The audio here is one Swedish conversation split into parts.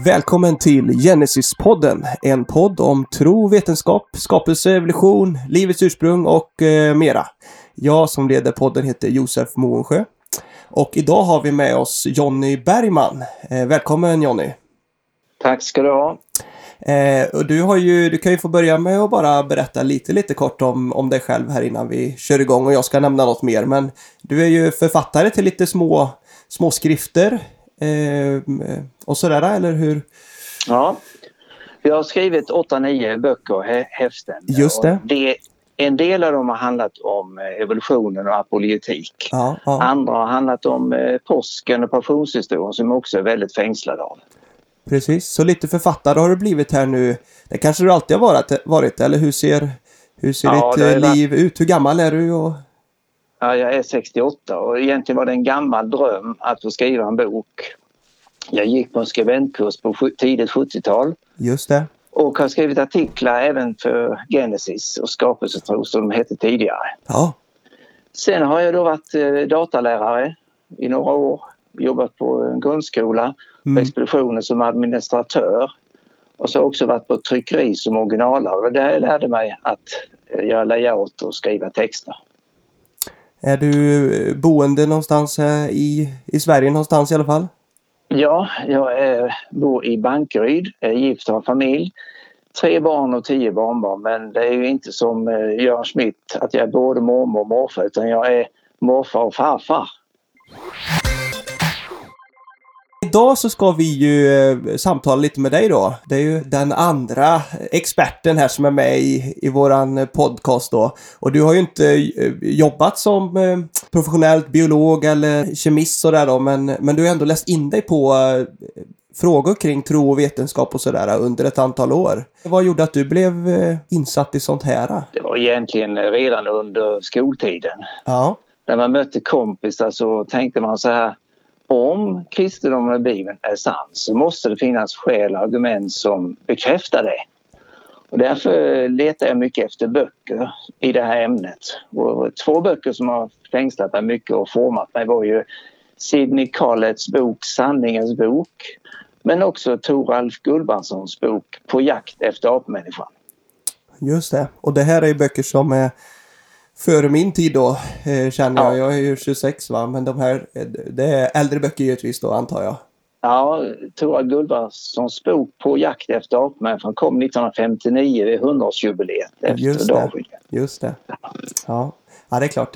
Välkommen till Genesis-podden, en podd om tro, vetenskap, skapelse, evolution, livets ursprung och mera. Jag som leder podden heter Josef Moensjö och idag har vi med oss Jonny Bergman. Välkommen Jonny. Tack ska du ha. Och du kan ju få börja med att bara berätta lite kort om dig själv här innan vi kör igång, och jag ska nämna något mer. Men du är ju författare till lite små skrifter och sådär, eller hur? Ja, jag har skrivit 8-9 böcker och häften. Just det. En del av dem har handlat om evolutionen och apologetik. Ja. Andra har handlat om påsken och passionshistorien som också är väldigt fängslad av. Precis, så lite författare har du blivit här nu. Det kanske du alltid har varit, eller hur ser ditt liv ut? Hur gammal är du? Ja, jag är 68 och egentligen var det en gammal dröm att få skriva en bok. Jag gick på en skribentkurs på tidigt 70-tal. Just det. Och har skrivit artiklar även för Genesis och skapelsetro som de hette tidigare. Ja. Sen har jag då varit datalärare i några år. Jobbat på en grundskola, på expeditionen som administratör. Och så har jag också varit på tryckeri som originalare. Och där lärde mig att göra layout och skriva texter. Är du boende någonstans i Sverige någonstans i alla fall? Ja, jag bor i Bankeryd, är gift och har familj. 3 barn och 10 barnbarn, men det är ju inte som Göran Schmidt att jag är både mormor och morfar, utan jag är morfar och farfar. Idag så ska vi ju samtala lite med dig då. Det är ju den andra experten här som är med i våran podcast då. Och du har ju inte jobbat som professionellt biolog eller kemist sådär då, men du har ändå läst in dig på frågor kring tro och vetenskap och sådär under ett antal år. Vad gjorde att du blev insatt i sånt här? Det var egentligen redan under skoltiden. Ja. När man mötte kompisar så tänkte man så här: om kristendomen och Bibeln är sann så måste det finnas skäl och argument som bekräftar det. Och därför letar jag mycket efter böcker i det här ämnet. Och 2 böcker som har fängslat mig mycket och format mig var ju Sidney Colletts bok Sanningens bok, men också Toralf Gullbrandssons bok På jakt efter apmänniskan. Just det. Och det här är ju böcker som är före min tid då, känner jag. Jag är ju 26 va, men det är äldre böcker givetvis då, antar jag. Ja, Toralf Gullbrandssons bok På jakt efter apmänniskan kom 1959 vid 100-årsjubileet efter David. Just det. Ja, det är klart, det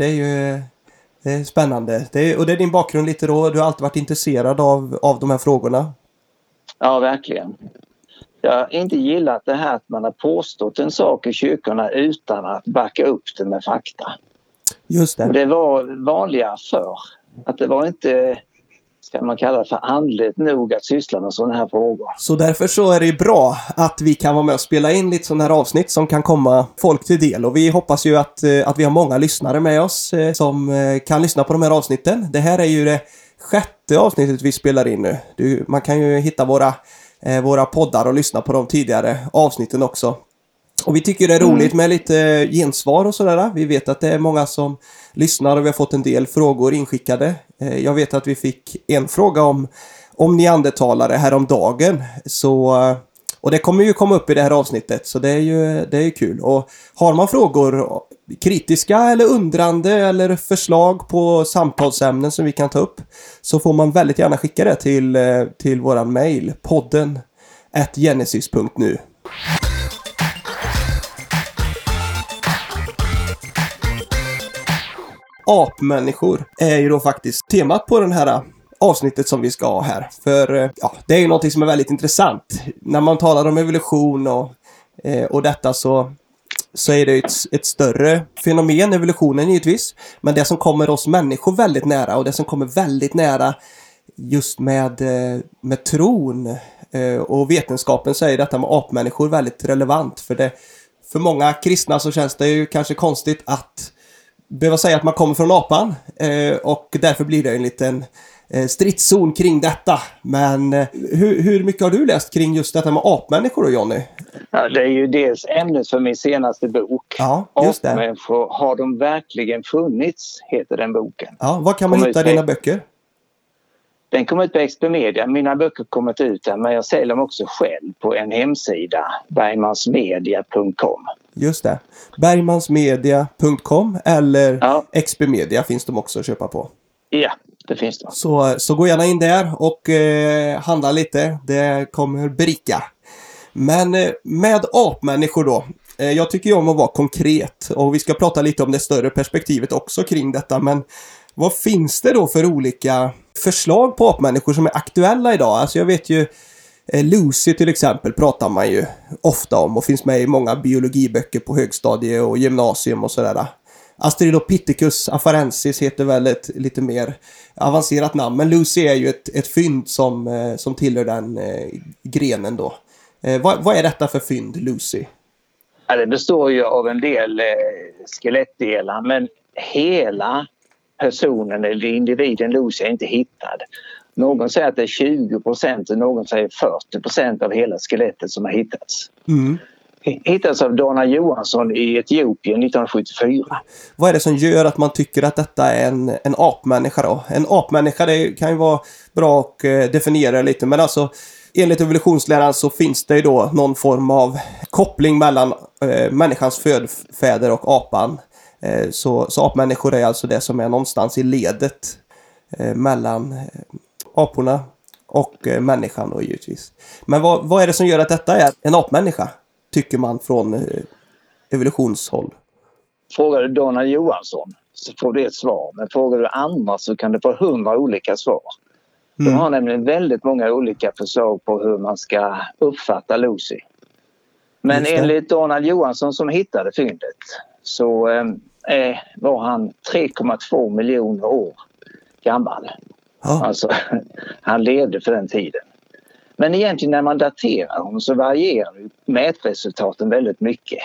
är spännande. Och det är din bakgrund lite då, du har alltid varit intresserad av de här frågorna. Ja, verkligen. Jag har inte gillat det här att man har påstått en sak i kyrkorna utan att backa upp det med fakta. Just det. Och det var vanligare förr. Att det var inte, ska man kalla det för, andligt nog att syssla med sådana här frågor. Så därför så är det bra att vi kan vara med och spela in lite sådana här avsnitt som kan komma folk till del. Och vi hoppas ju att vi har många lyssnare med oss som kan lyssna på de här avsnitten. Det här är ju det 6:e avsnittet vi spelar in nu. Man kan ju hitta våra poddar och lyssna på de tidigare avsnitten också. Och vi tycker det är roligt med lite gensvar och sådär. Vi vet att det är många som lyssnar och vi har fått en del frågor inskickade. Jag vet att vi fick en fråga om neandertalare häromdagen. Och det kommer ju komma upp i det här avsnittet, så det är ju kul. Och har man frågor, kritiska eller undrande eller förslag på samtalsämnen som vi kan ta upp, så får man väldigt gärna skicka det till våran mail, podden@genesis.nu. Apmänniskor är ju då faktiskt temat på den här avsnittet som vi ska ha här. För det är ju någonting som är väldigt intressant. När man talar om evolution och detta så är det ett större fenomen, evolutionen givetvis. Men det som kommer oss människor väldigt nära, och det som kommer väldigt nära just med tron och vetenskapen, så är detta med apmänniskor väldigt relevant. För många kristna så känns det ju kanske konstigt att behöva säga att man kommer från apan, och därför blir det en liten stridszon kring detta. Men hur mycket har du läst kring just detta med apmänniskor då, Jonny? Ja, det är ju dels ämnet för min senaste bok. Ja, just det. Apmänniskor, har de verkligen funnits, heter den boken. Ja, var kan man hitta dina böcker? Den kommer ut på Expemedia. Mina böcker har kommit ut där, men jag säljer dem också själv på en hemsida, bergmansmedia.com. Just det. Bergmansmedia.com eller Expemedia finns de också att köpa på. Ja, det finns det. Så gå gärna in där och handla lite. Det kommer berika. Men med apmänniskor då. Jag tycker ju om att vara konkret. Och vi ska prata lite om det större perspektivet också kring detta. Men vad finns det då för olika förslag på apmänniskor som är aktuella idag? Alltså jag vet ju Lucy till exempel pratar man ju ofta om och finns med i många biologiböcker på högstadie och gymnasium och sådär. Australopithecus afarensis heter väl ett lite mer avancerat namn, men Lucy är ju ett fynd som tillhör den grenen då. Vad är detta för fynd, Lucy? Ja, det består ju av en del skelettdelar, men hela personen eller individen Lucy är inte hittad. Någon säger att det är 20% och någon säger 40% av hela skelettet som har hittats. Hittats av Donna Johansson i Etiopien 1974. Vad är det som gör att man tycker att detta är en apmänniska då? En apmänniska, det kan ju vara bra att definiera lite, men alltså enligt evolutionsläran så finns det ju då någon form av koppling mellan människans förfäder och apan. Så apmänniskor är alltså det som är någonstans i ledet mellan aporna och människan då givetvis. Men vad är det som gör att detta är en apmänniska, tycker man från evolutionshåll? Frågar du Donna Johansson så får du ett svar. Men frågar du andra så kan du få 100 olika svar. De har nämligen väldigt många olika förslag på hur man ska uppfatta Lucy. Men enligt Donna Johansson som hittade fyndet så var han 3,2 miljoner år gammal. Alltså, han levde för den tiden. Men egentligen när man daterar honom så varierar mätresultaten väldigt mycket.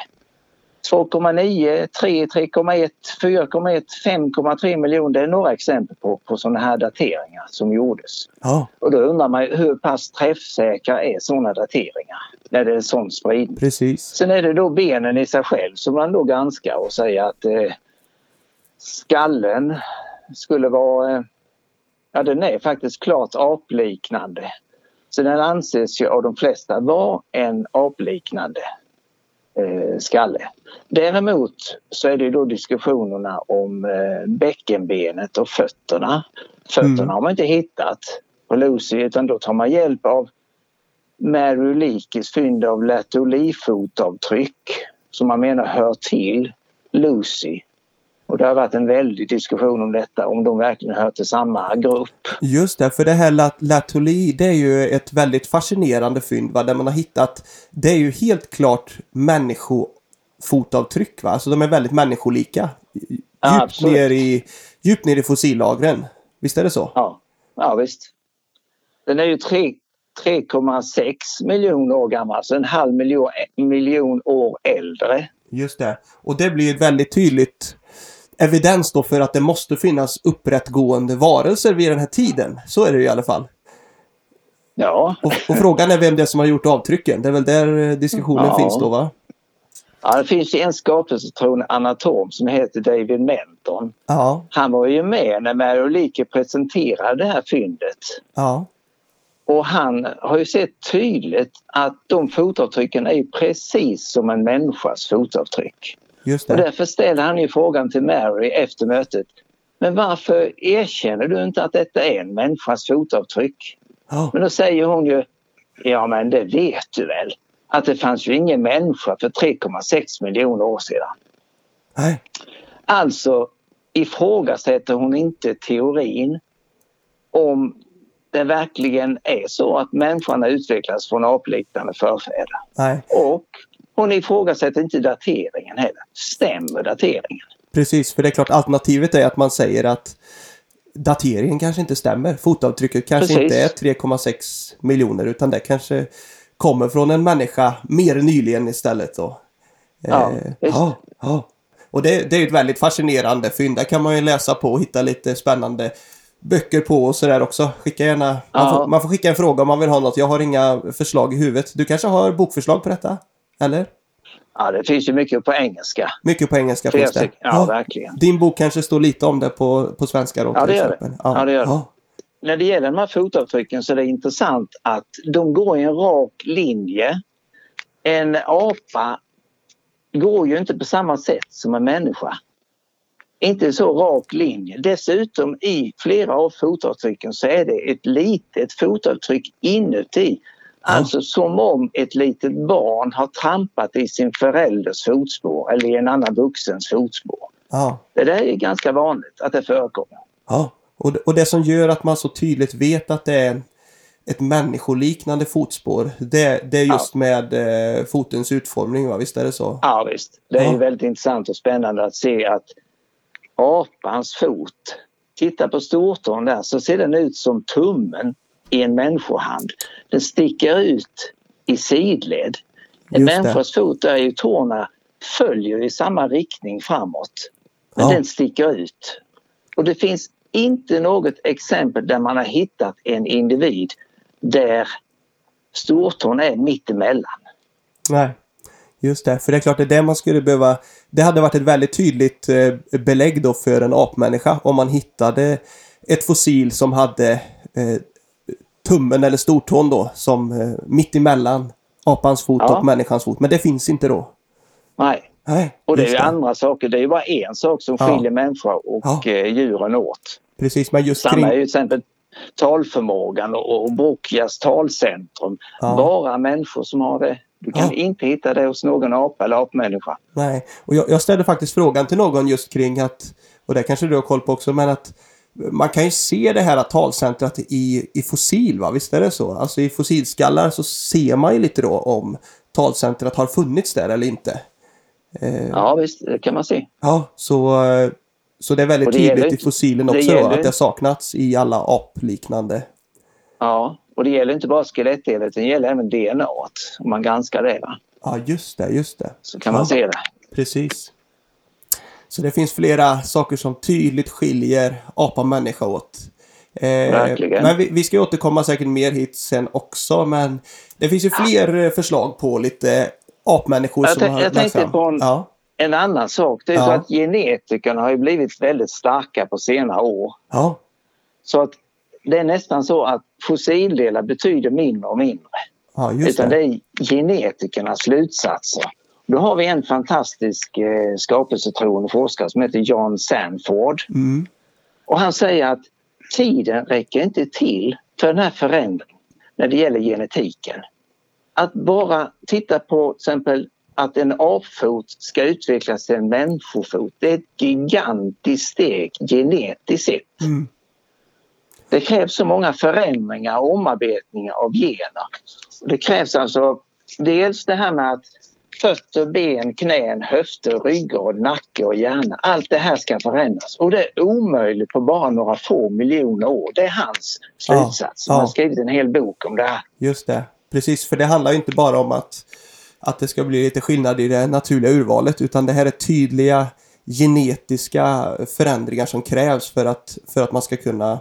2,9, 3, 3,1, 4,1, 5,3 miljoner. Det är några exempel på sådana här dateringar som gjordes. Och då undrar man hur pass träffsäkra är sådana dateringar när det är sån spridning. Precis. Sen är det då benen i sig själv som man då granskar och säger att skallen skulle vara... Ja, den är faktiskt klart apliknande. Så den anses ju av de flesta vara en apliknande skalle. Däremot så är det då diskussionerna om bäckenbenet och fötterna. Fötterna har man inte hittat på Lucy, utan då tar man hjälp av Mary Leakeys fynd av latolifotavtryck som man menar hör till Lucy. Och det har varit en väldig diskussion om detta, om de verkligen hör till samma grupp. Just det, för det här latoli, det är ju ett väldigt fascinerande fynd, va? Där man har hittat, det är ju helt klart människofotavtryck, va? Alltså de är väldigt människolika. Djupt ner i fossillagren. Visst är det så? Ja visst. Den är ju 3,6 miljoner år gammal, alltså en halv miljon år äldre. Just det. Och det blir ett väldigt tydligt evidens då för att det måste finnas upprättgående varelser vid den här tiden. Så är det i alla fall. Ja. Och frågan är vem det är som har gjort avtrycken. Det är väl där diskussionen finns då, va? Ja, det finns ju en skapelsetroende anatom som heter David Menton. Ja. Han var ju med när Mary Leakey presenterade det här fyndet. Ja. Och han har ju sett tydligt att de fotavtrycken är precis som en människas fotavtryck. Just det. Och därför ställer han ju frågan till Mary efter mötet. Men varför erkänner du inte att detta är en människas fotavtryck? Men då säger hon ju, ja men det vet du väl. Att det fanns ju ingen människa för 3,6 miljoner år sedan. Nej. Alltså ifrågasätter hon inte teorin om det verkligen är så att människan har utvecklats från apliknande förfäder. Nej. Och hon ifrågasätter inte dateringen heller. Stämmer dateringen? Precis, för det är klart alternativet är att man säger att dateringen kanske inte stämmer. Fotavtrycket kanske inte är 3,6 miljoner utan det kanske kommer från en människa mer nyligen istället då. Ja. Och det är ett väldigt fascinerande fynd. Där kan man ju läsa på och hitta lite spännande böcker på och sådär också. Skicka gärna, man får skicka en fråga om man vill ha något. Jag har inga förslag i huvudet. Du kanske har bokförslag på detta? Eller? Ja, det finns ju mycket på engelska. Mycket på engelska finns det. Ja, verkligen. Din bok kanske står lite om det på svenska då? Ja, det gör det. Ja, det gör det. när det gäller de här fotavtrycken så är det intressant att de går i en rak linje. En apa går ju inte på samma sätt som en människa. Inte så rak linje. Dessutom i flera av fotavtrycken så är det ett litet fotavtryck inuti. Alltså som om ett litet barn har trampat i sin förälders fotspår eller i en annan vuxens fotspår. Ja. Det där är ganska vanligt att det förekommer. Ja, och det som gör att man så tydligt vet att det är ett människoliknande fotspår, det är just med fotens utformning, va? Visst är det så? Ja, visst. Det är ju väldigt intressant och spännande att se att apans fot, titta på stortån där, så ser den ut som tummen i en människohand. Den sticker ut i sidled. En människas fot där ju tårna följer i samma riktning framåt. Men den sticker ut. Och det finns inte något exempel där man har hittat en individ där stortån är mittemellan. Nej, just det. För det är klart, det är det man skulle behöva. Det hade varit ett väldigt tydligt belägg då för en apmänniska om man hittade ett fossil som hade tummen eller stortån då som mittemellan apans fot och människans fot. Men det finns inte då. Nej. Och det är ju andra saker. Det är ju bara en sak som skiljer människor och djuren åt. Precis, men just samma är ju till exempel talförmågan och Broca's talcentrum. Bara människor som har det. Du kan inte hitta det hos någon apa eller apmänniska. Nej, och jag ställde faktiskt frågan till någon just kring att, och det kanske du har koll på också, men att man kan ju se det här talcentret i fossil, va? Visst är det så? Alltså i fossilskallar så ser man ju lite då om talcentret har funnits där eller inte. Ja, visst, det kan man se. Ja, så det är väldigt tydligt i fossilen också då, att det har saknats i alla apliknande. Ja, och det gäller inte bara skelettdelar, det gäller även DNA om man granskar det, va? Ja, just det. Så kan man se det. Precis. Så det finns flera saker som tydligt skiljer apa och människa åt. Verkligen. Men vi ska återkomma säkert mer hit sen också, men det finns ju fler förslag på lite apmänniskor som har jag tänkte på en annan sak. Det är så att genetikerna har ju blivit väldigt starka på senare år. Ja. Så att det är nästan så att fossildelar betyder mindre och mindre. Ja, just utan det är genetikernas slutsatser. Då har vi en fantastisk skapelsetroende forskare som heter John Sanford. Mm. Och han säger att tiden räcker inte till för den här förändringen när det gäller genetiken. Att bara titta på till exempel att en apfot ska utvecklas till en människofot, det är ett gigantiskt steg genetiskt sett. Mm. Det krävs så många förändringar och omarbetningar av gener. Det krävs alltså dels det här med att fötter, ben, knän, höfter, ryggrad, nacke och hjärna. Allt det här ska förändras. Och det är omöjligt på bara några få miljoner år. Det är hans slutsats. Han har skrivit en hel bok om det här. Just det. Precis, för det handlar ju inte bara om att det ska bli lite skillnad i det naturliga urvalet, utan det här är tydliga genetiska förändringar som krävs för att man ska kunna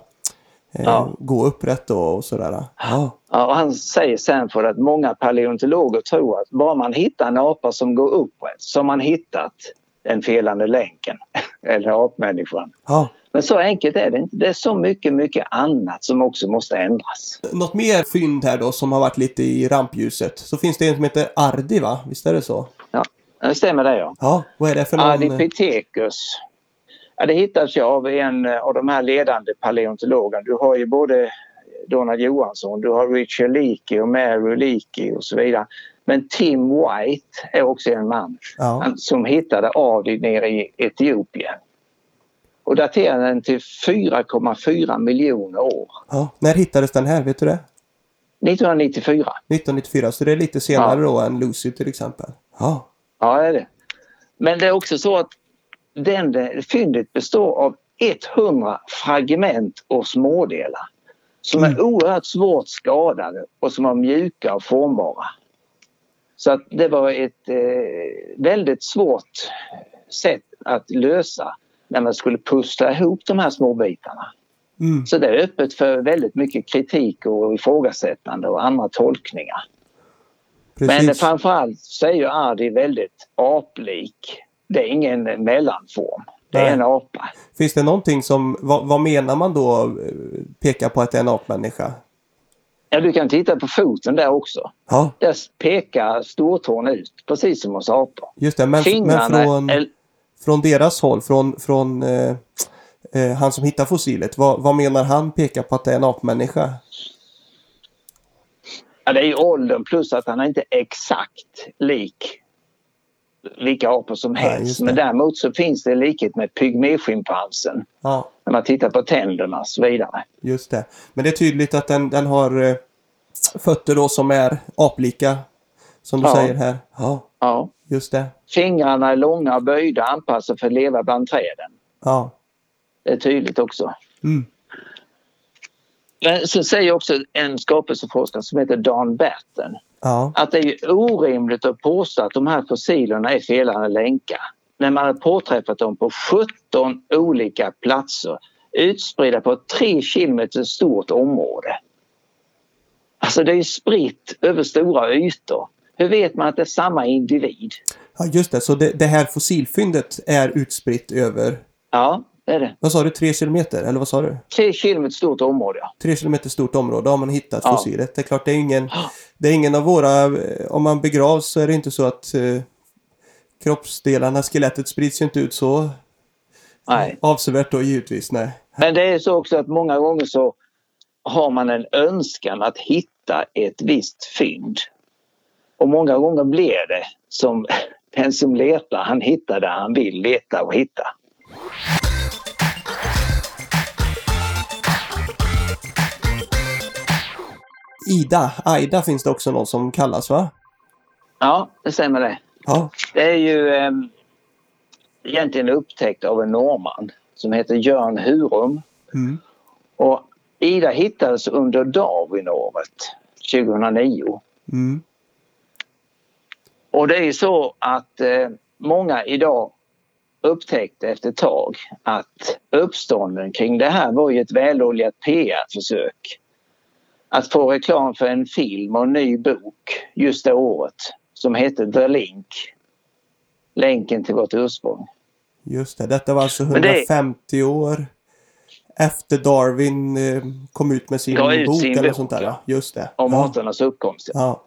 gå upprätt och sådär. Ja, och han säger sen för att många paleontologer tror att bara man hittar en apa som går upprätt så har man hittat den felande länken eller apmänniskan. Ja. Men så enkelt är det inte. Det är så mycket annat som också måste ändras. Något mer fynd här då som har varit lite i rampljuset. Så finns det en som heter Ardi, va? Visst är det så? Ja, det stämmer det, ja. Ja, vad är det för någon? Ardipithecus. Ja, det hittas ju av en av de här ledande paleontologerna. Du har ju både Donald Johansson, du har Richard Leakey och Mary Leakey och så vidare. Men Tim White är också en man som hittade Ardi nere i Etiopien. Och daterade den till 4,4 miljoner år. Ja, när hittades den här, vet du det? 1994. 1994, så det är lite senare då än Lucy till exempel. Ja, det är det. Men det är också så att fyndet består av 100 fragment och smådelar som är oerhört svårt skadade och som är mjuka och formbara. Så att det var ett väldigt svårt sätt att lösa när man skulle pussla ihop de här små bitarna. Mm. Så det är öppet för väldigt mycket kritik och ifrågasättande och andra tolkningar. Precis. Men framförallt så är ju Ardi väldigt aplik. Det är ingen mellanform. Det är en apa. Finns det någonting som, vad menar man då pekar på att det är en apmänniska? Ja, du kan titta på foten där också. Ja. Där pekar stortån ut, precis som hos apor. Just det, men från deras håll, från han som hittar fossilet, vad menar han pekar på att det är en apmänniska? Ja, det är ju åldern plus att han är inte exakt lik vilka apor som helst. Men däremot så finns det likhet med pygméschimpansen. Ja. När man tittar på tänderna och så vidare. Just det. Men det är tydligt att den har fötter då som är aplika. Som du säger här. Ja. Just det. Fingrarna är långa och böjda, anpassade för att leva bland träden. Ja. Det är tydligt också. Mm. Men så säger också en skapelseforskare som heter Dan Batten att det är orimligt att påstå att de här fossilerna är felande länkar. När man har påträffat dem på 17 olika platser utspridda på ett 3 kilometer stort område. Alltså det är spritt över stora ytor. Hur vet man att det är samma individ? Ja, just det. Så det här fossilfyndet är utspritt över... Ja, det är det. Vad sa du? 3 kilometer? Eller vad sa du? 3 kilometer stort område, ja. 3 kilometer stort område har man hittat fossilet. Det är klart, det är ingen av våra... Om man begravs så är det inte så att kroppsdelarna, skelettet sprids ju inte ut så avsevärt då givetvis. Nej. Men det är så också att många gånger så har man en önskan att hitta ett visst fynd. Och många gånger blir det som den som letar, han hittar där han vill leta och hitta. Aida finns det också någon som kallas, va? Ja, det stämmer det. Ja. Det är ju egentligen upptäckt av en norrman som heter Jörn Hurum. Mm. Och Ida hittades under Darwinåret 2009. Mm. Och det är ju så att många idag upptäckte efter ett tag att uppstånden kring det här var ju ett väloljat PR-försök. Att få reklam för en film och en ny bok just det året som hette The Link. Länken till vårt ursprung. Just det, detta var alltså 150 år efter Darwin kom ut med sin bok eller sånt där. Ja. Just det. Om arternas uppkomst. Ja.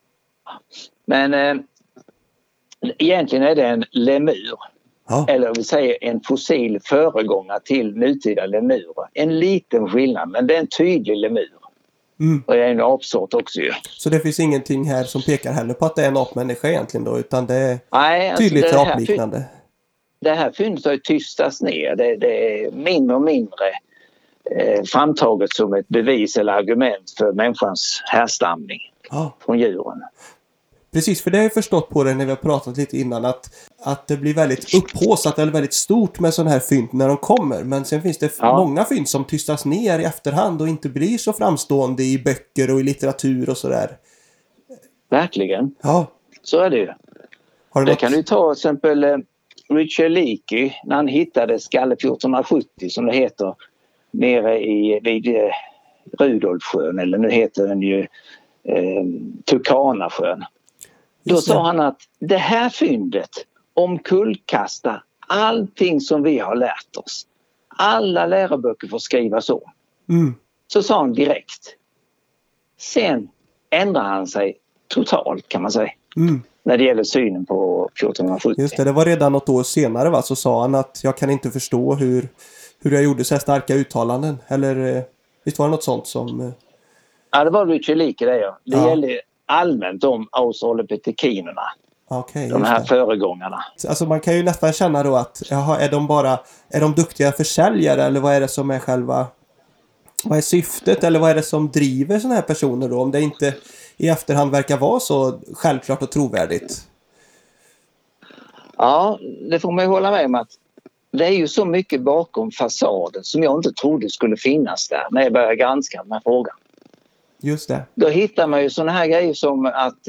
Men egentligen är det en lemur. Ja. Eller vi säger en fossil föregångare till nutida lemurer. En liten skillnad, men det är en tydlig lemur. Mm. Och det är en apsort också ju. Så det finns ingenting här som pekar heller på att det är en apmänniska egentligen då, utan det är tydligt apliknande. Det här fyndet har ju tystats ner. Det är mindre och mindre framtaget som ett bevis eller argument för människans härstamning från djuren. Precis, för det har jag förstått på det när vi har pratat lite innan att det blir väldigt upphaussat eller väldigt stort med sådana här fynd när de kommer. Men sen finns det många fynd som tystas ner i efterhand och inte blir så framstående i böcker och i litteratur och sådär. Verkligen. Ja. Så är det ju. Det kan du ta till exempel Richard Leakey när han hittade Skalle 1470 som det heter nere vid Rudolfsjön, eller nu heter den ju Turkanasjön. Då sa han att det här fyndet omkullkastar allting som vi har lärt oss. Alla läroböcker får skrivas om. Mm. Så sa han direkt. Sen ändrar han sig totalt kan man säga. Mm. När det gäller synen på 1470. Just det var redan något år senare va? Så sa han att jag kan inte förstå hur jag gjorde så här starka uttalanden. Eller visst var det något sånt som... Ja, det var Richard Leakey det ja. Det gällde allmänt om australopitekinerna. Okay, de här föregångarna. Alltså man kan ju nästan känna då att är de duktiga försäljare eller vad är det som är vad är syftet eller vad är det som driver såna här personer då om det inte i efterhand verkar vara så självklart och trovärdigt? Ja, det får man ju hålla med om att det är ju så mycket bakom fasaden som jag inte trodde skulle finnas där när jag började granska den här frågan. Just det. Då hittar man ju såna här grejer som att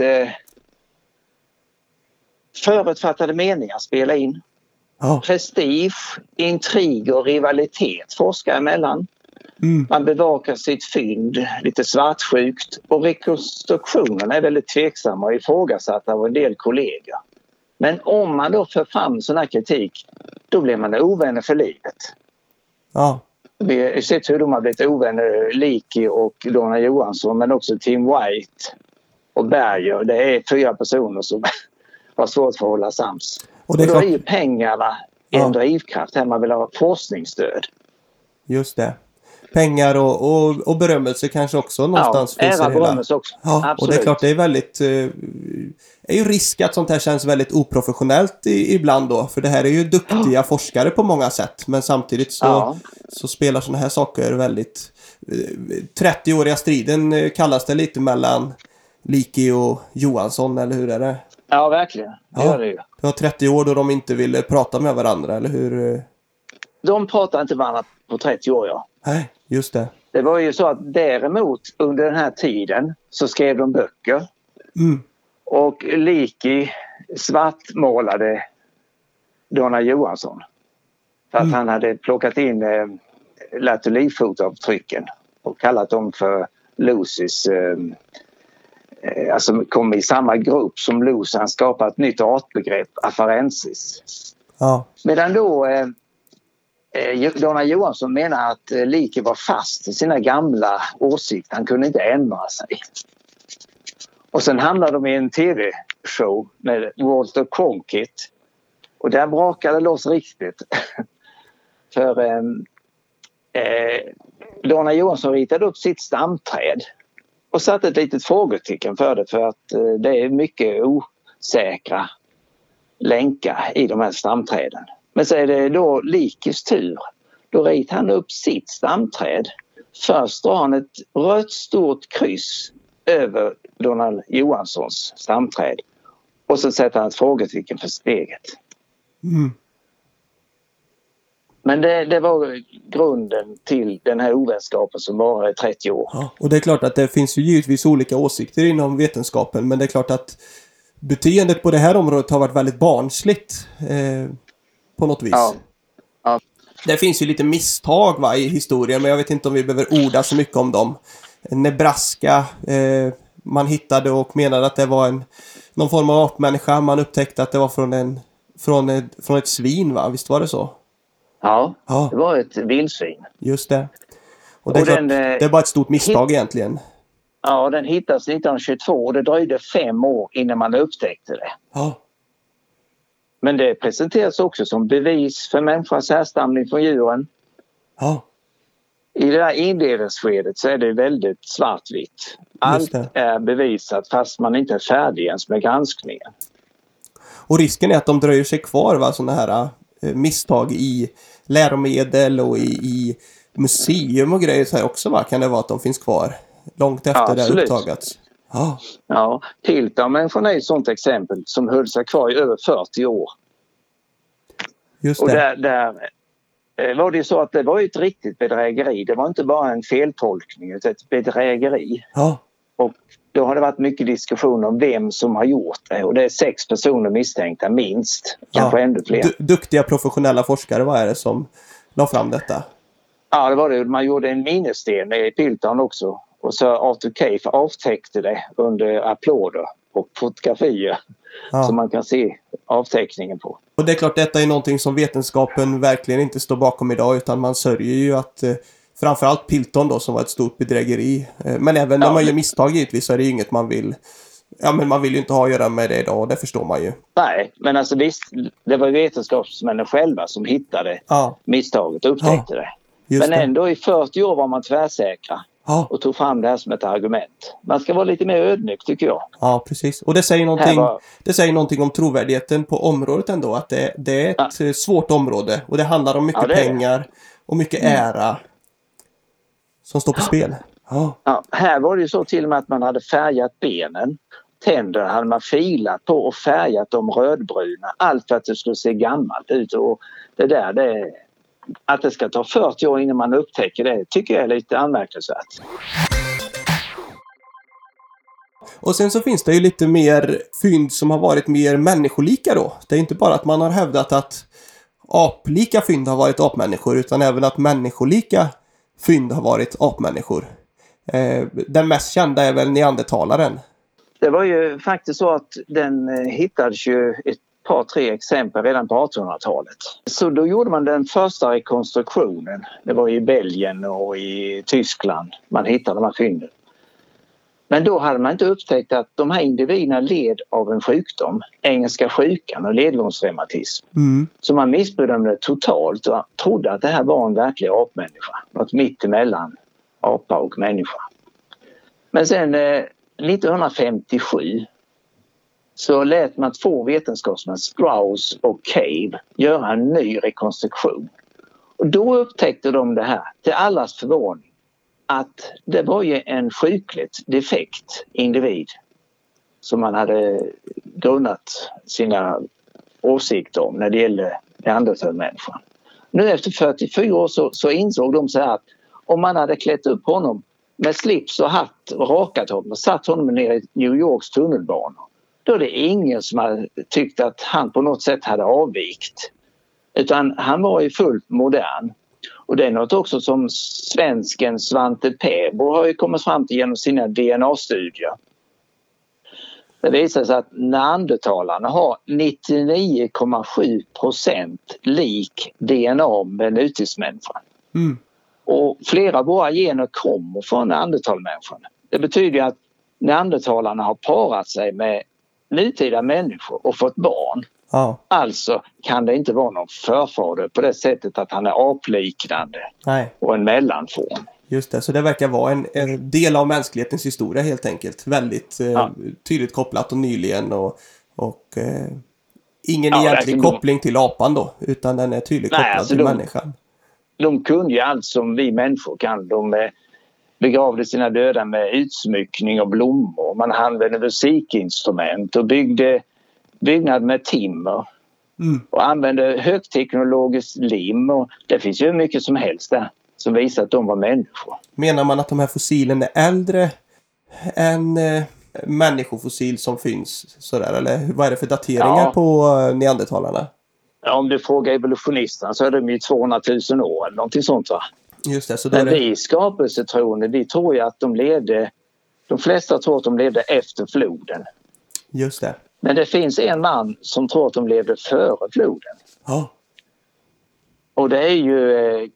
förutfattade meningar spelar in. Prestige, intrig och rivalitet forskar emellan. Man bevakar sitt fynd lite svartsjukt och rekonstruktionen är väldigt tveksamma och ifrågasatta av en del kollegor. Men om man då för fram sån här kritik då blir man ovänner för livet. Ja. Vi har sett hur de har blivit ovänner, Leakey och Donna Johansson, men också Tim White och Berger. Det är 4 personer som har svårt för att hålla sams. Och då är ju pengarna en drivkraft här. Man vill ha forskningsstöd. Just det. Pengar och berömmelse kanske också någonstans. Ja, ära berömmelse också. Ja, absolut. Och det är klart, det är väldigt... är ju risk att sånt här känns väldigt oprofessionellt ibland då. För det här är ju duktiga forskare på många sätt. Men samtidigt så spelar såna här saker väldigt... 30-åriga striden kallas det lite mellan Leakey och Johansson, eller hur är det? Ja, verkligen. Det gör det ju. Det var 30 år då de inte ville prata med varandra, eller hur? De pratar inte med varandra på 30 år, ja. Nej, just det. Det var ju så att däremot under den här tiden så skrev de böcker. Mm. Och Leakey svartmålade Donna Johansson. För att han hade plockat in latolifotavtrycken och kallat dem för Lucys. Alltså kom i samma grupp som Lucy. Han skapade ett nytt artbegrepp, afarensis. Ja. Medan då Donna Johansson menar att Leakey var fast i sina gamla åsikter. Han kunde inte ändra sig. Och sen hamnade de i en tv-show med Walter Cronkite. Och där brakade det loss riktigt. För Donna Johansson ritade upp sitt stamträd. Och satte ett litet frågetecken för det. För att det är mycket osäkra länkar i de här stamträden. Men så är det då Leakeys tur. Då ritar han upp sitt stamträd. Först drar han ett rött stort kryss över Donna Johanssons stamträd. Och så sätter han ett frågetecken för steget. Mm. Men det var grunden till den här ovänskapen som var i 30 år. Ja, och det är klart att det finns ju givetvis olika åsikter inom vetenskapen. Men det är klart att beteendet på det här området har varit väldigt barnsligt på något vis. Ja. Ja. Det finns ju lite misstag i historien, men jag vet inte om vi behöver orda så mycket om dem. Nebraska, man hittade och menade att det var någon form av apmänniska. Man upptäckte att det var från ett svin, va? Visst var det så? Ja, det var ett vildsvin. Just det. Och det är bara ett stort misstag egentligen. Ja, den hittades 1922 och det dröjde 5 år innan man upptäckte det. Ja. Men det presenteras också som bevis för människans härstamning från djuren. Ja. I det där inledningsskedet så är det väldigt svartvitt. Allt är bevisat fast man inte är färdig ens med granskningen. Och risken är att de dröjer sig kvar, va? Sådana här misstag i läromedel och i museum och grejer så här också, va? Kan det vara att de finns kvar långt efter det har upptagats? Ja, Piltdown-människorna är ett sådant exempel som höll sig kvar i över 40 år. Just och det. där var det ju så att det var ett riktigt bedrägeri. Det var inte bara en feltolkning utan ett bedrägeri. Ja. Och då har det varit mycket diskussion om vem som har gjort det. Och det är 6 personer misstänkta minst. Kanske ännu fler. Duktiga professionella forskare, vad är det som la fram detta? Ja, det var det. Man gjorde en minnessten i Piltdown också. Och så Arthur Cave avtäckte det under applåder och fotografier. Som man kan se avteckningen på. Och det är klart, detta är någonting som vetenskapen verkligen inte står bakom idag. Utan man sörjer ju att framförallt Piltdown då som var ett stort bedrägeri. Men även när man gör misstag givetvis så är det ju inget man vill... Ja, men man vill ju inte ha att göra med det idag, det förstår man ju. Nej, men alltså visst, det var vetenskapsmännen själva som hittade misstaget och upptäckte det. Men ändå i 40 år var man tvärsäkra. Och tog fram det här som ett argument. Man ska vara lite mer ödmjuk, tycker jag. Ja, precis. Och det säger någonting om trovärdigheten på området ändå. Att det är ett svårt område. Och det handlar om mycket pengar och mycket ära som står på spel. Ja, här var det ju så till och med att man hade färgat benen. Tänderna hade man filat på och färgat dem rödbruna. Allt för att det skulle se gammalt ut. Och att det ska ta 40 år innan man upptäcker det tycker jag är lite anmärkningsvärt. Och sen så finns det ju lite mer fynd som har varit mer människolika då. Det är inte bara att man har hävdat att aplika fynd har varit apmänniskor utan även att människolika fynd har varit apmänniskor. Den mest kända är väl neandertalaren. Det var ju faktiskt så att den hittades ju ett par, tre exempel redan på 1800-talet. Så då gjorde man den första rekonstruktionen. Det var i Belgien och i Tyskland man hittade de här fynden. Men då hade man inte upptäckt att de här individerna led av en sjukdom, engelska sjukan och ledgångsreumatism. Så man missbedömde totalt och trodde att det här var en verklig apmänniska. Något mitt emellan apa och människa. Men sen 1957 så lät man 2 vetenskapsmän, Strauss och Cave, göra en ny rekonstruktion. Och då upptäckte de det här, till allas förvåning, att det var ju en sjukligt defekt individ som man hade grundat sina åsikter om när det gällde neandertalmänniskan. Nu efter 44 år så insåg de så här att om man hade klätt upp honom med slips och hatt och rakat honom och satt honom ner i New Yorks tunnelbanor, då är det ingen som hade tyckt att han på något sätt hade avvikt. Utan han var ju fullt modern. Och det är något också som svensken Svante Pääbo har ju kommit fram till genom sina DNA-studier. Det visar sig att neandertalarna har 99,7% lik DNA med nutidsmänniskan. Och flera av våra gener kommer från neandertalmänniskan. Det betyder att neandertalarna har parat sig med nutida människor och fått barn. Ja. Alltså kan det inte vara någon förfader på det sättet att han är apliknande. Nej. Och en mellanform. Just det, så det verkar vara en del av mänsklighetens historia helt enkelt. Väldigt tydligt kopplat och nyligen och ingen egentlig koppling till apan då, utan den är tydligt kopplad till människan. De kunde ju allt som vi människor kan. De begravde sina döda med utsmyckning och blommor. Man använde musikinstrument och byggde byggnad med timmer. Och använde högteknologiskt lim. Och det finns ju mycket som helst där som visar att de var människor. Menar man att de här fossilen är äldre än människofossil som finns sådär? Eller vad är det för dateringar på neandertalarna? Om du frågar evolutionisterna så är de ju 200 000 år eller någonting sånt, va? Just det, så men vi skapelsetroende, vi tror ju att de flesta tror att de levde efter floden. Just det. Men det finns en man som tror att de levde före floden. Ja. Och det är ju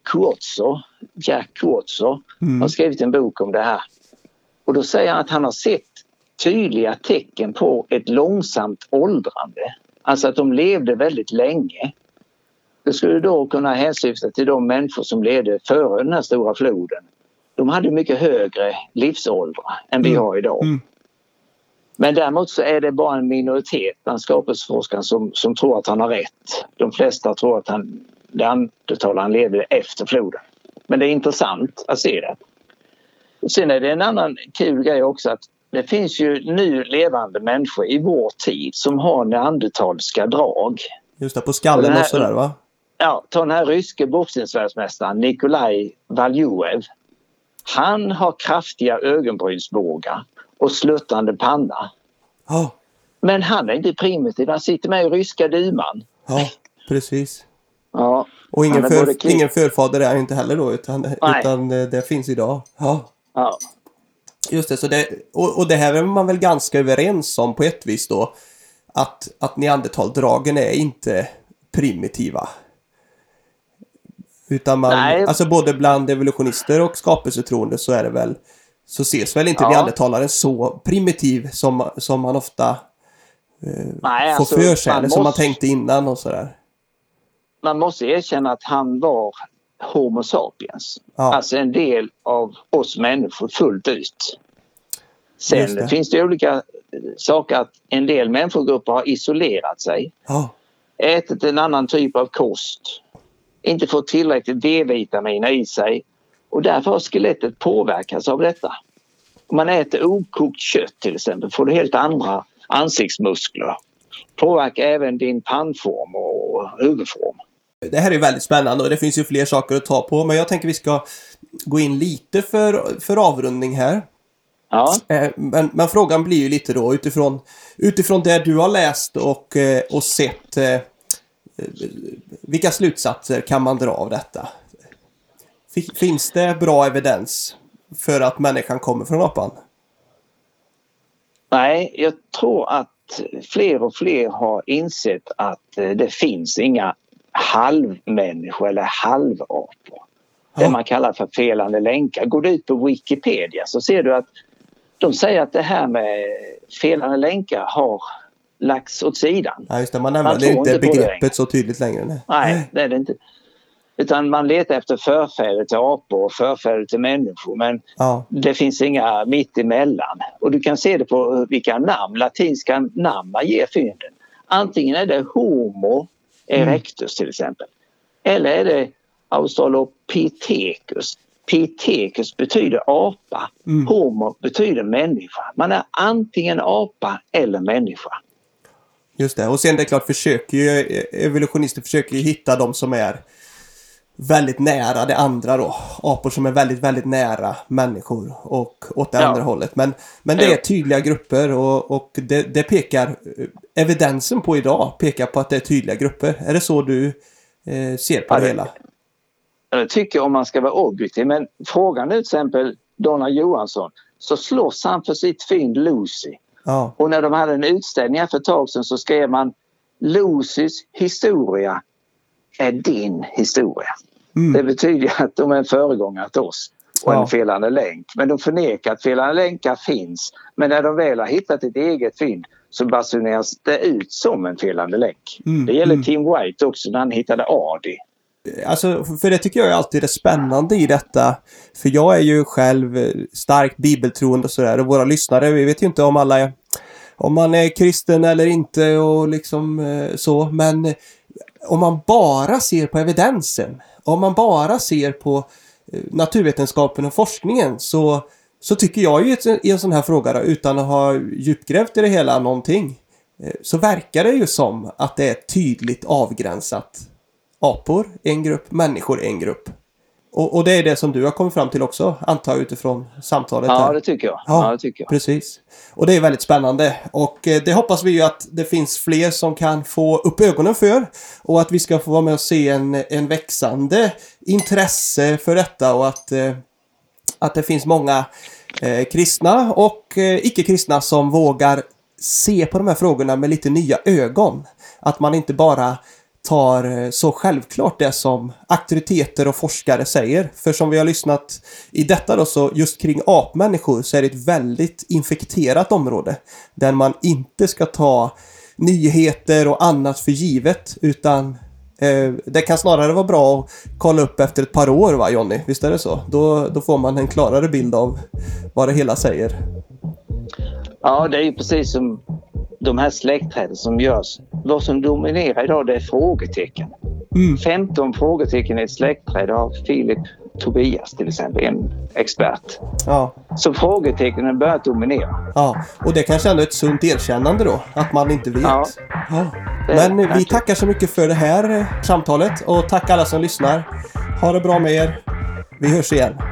Jack Kurzor har skrivit en bok om det här. Och då säger han att han har sett tydliga tecken på ett långsamt åldrande. Alltså att de levde väldigt länge. Det skulle då kunna hänsyfta till de människor som levde före den här stora floden. De hade mycket högre livsåldrar än vi har idag. Men däremot så är det bara en minoritet bland skapelseforskare som tror att han har rätt. De flesta tror att neandertalaren levde efter floden. Men det är intressant att se det. Och sen är det en annan kul grej också att det finns ju nu levande människor i vår tid som har neandertalska drag. Just det, på skallen och sådär, va? Ja, ta den här ryske boxningsvärldsmästaren Nikolaj Valjuev. Han har kraftiga ögonbrynsbågar och sluttande panna. Men han är inte primitiv, han sitter med i ryska duman. Ja, precis. Ja, och ingen förfader är inte heller då, utan det finns idag. Ja. Just det, så och det här är man väl ganska överens om på ett vis då, att neandertaldragen är inte primitiva. Utan alltså både bland evolutionister och skapelsetroende så är det väl, så ses väl inte neandertalaren så primitiv som man ofta får för sig, eller som man tänkte innan och sådär. Man måste erkänna att han var Homo sapiens. Alltså en del av oss människor fullt ut. Sen finns det olika saker att en del människogrupper har isolerat sig. Ätit en annan typ av kost. Inte fått tillräckligt D-vitaminer i sig. Och därför har skelettet påverkats av detta. Om man äter okokt kött till exempel får du helt andra ansiktsmuskler. Påverkar även din pannform och huvudform. Det här är väldigt spännande och det finns ju fler saker att ta på. Men jag tänker vi ska gå in lite för avrundning här. Ja. Men frågan blir ju lite då utifrån det du har läst och sett. Vilka slutsatser kan man dra av detta? Finns det bra evidens för att människan kommer från apan? Nej, jag tror att att fler och fler har insett att det finns inga halvmänniskor eller halvapor. Det man kallar för felande länkar. Går du ut på Wikipedia så ser du att de säger att det här med felande länkar har lagts åt sidan. Ja, just det. Man använder inte begreppet så tydligt längre. Nej, det är det inte. Utan man letar efter förfäder till apor och förfäder till människor. Men det finns inga mitt emellan. Och du kan se det på vilka namn, latinska namn man ger fynden. Antingen är det Homo erectus till exempel. Eller är det Australopithecus. Pithecus betyder apa. Homo betyder människa. Man är antingen apa eller människa. Just det. Och sen det är klart evolutionister försöker ju hitta de som är väldigt nära det andra då. Apor som är väldigt, väldigt nära människor och åt det andra hållet. Men det är tydliga grupper och det pekar, evidensen på idag pekar på att det är tydliga grupper. Är det så du ser på det hela? Jag tycker om man ska vara objektiv, men frågan nu till exempel Donald Johansson, så slåss han för sitt fynd Lucy. Ja. Och när de hade en utställning för ett tag sedan så skrev man Lucys historia är din historia. Det betyder att de är en föregångare till oss och en felande länk. Men de förnekar att felande länkar finns. Men när de väl har hittat ett eget fynd så basuneras det ut som en felande länk. Det gäller Tim White också när han hittade Adi. Alltså, för det tycker jag är alltid det spännande i detta. För jag är ju själv starkt bibeltroende och sådär. Och våra lyssnare, vi vet ju inte om alla om man är kristen eller inte och liksom så. Men om man bara ser på evidensen, om man bara ser på naturvetenskapen och forskningen så tycker jag ju i en sån här fråga då, utan att ha djupgrävt i det hela någonting, så verkar det ju som att det är tydligt avgränsat. Apor en grupp, människor en grupp. Och det är det som du har kommit fram till också, antar jag, utifrån samtalet. Ja, det tycker jag. Ja, det tycker jag. Precis. Och det är väldigt spännande. Och det hoppas vi ju att det finns fler som kan få upp ögonen för. Och att vi ska få vara med och se en växande intresse för detta. Och att det finns många kristna och icke-kristna som vågar se på de här frågorna med lite nya ögon. Att man inte bara tar så självklart det som auktoriteter och forskare säger. För som vi har lyssnat i detta då, så just kring apmänniskor så är det ett väldigt infekterat område. Där man inte ska ta nyheter och annat för givet, utan det kan snarare vara bra att kolla upp efter ett par år, va Johnny? Visst är det så? Då får man en klarare bild av vad det hela säger. Ja, det är ju precis som de här släktträden som görs. Vad som dominerar idag, det är frågetecken. 15 frågetecken i ett släktträd av Filip Tobias till exempel, en expert. Ja. Så frågetecknen börjar dominera. Ja, och det kanske ändå är ett sunt erkännande då, att man inte vet. Ja. Men vi tackar så mycket för det här samtalet och tack alla som lyssnar. Ha det bra med er. Vi hörs igen.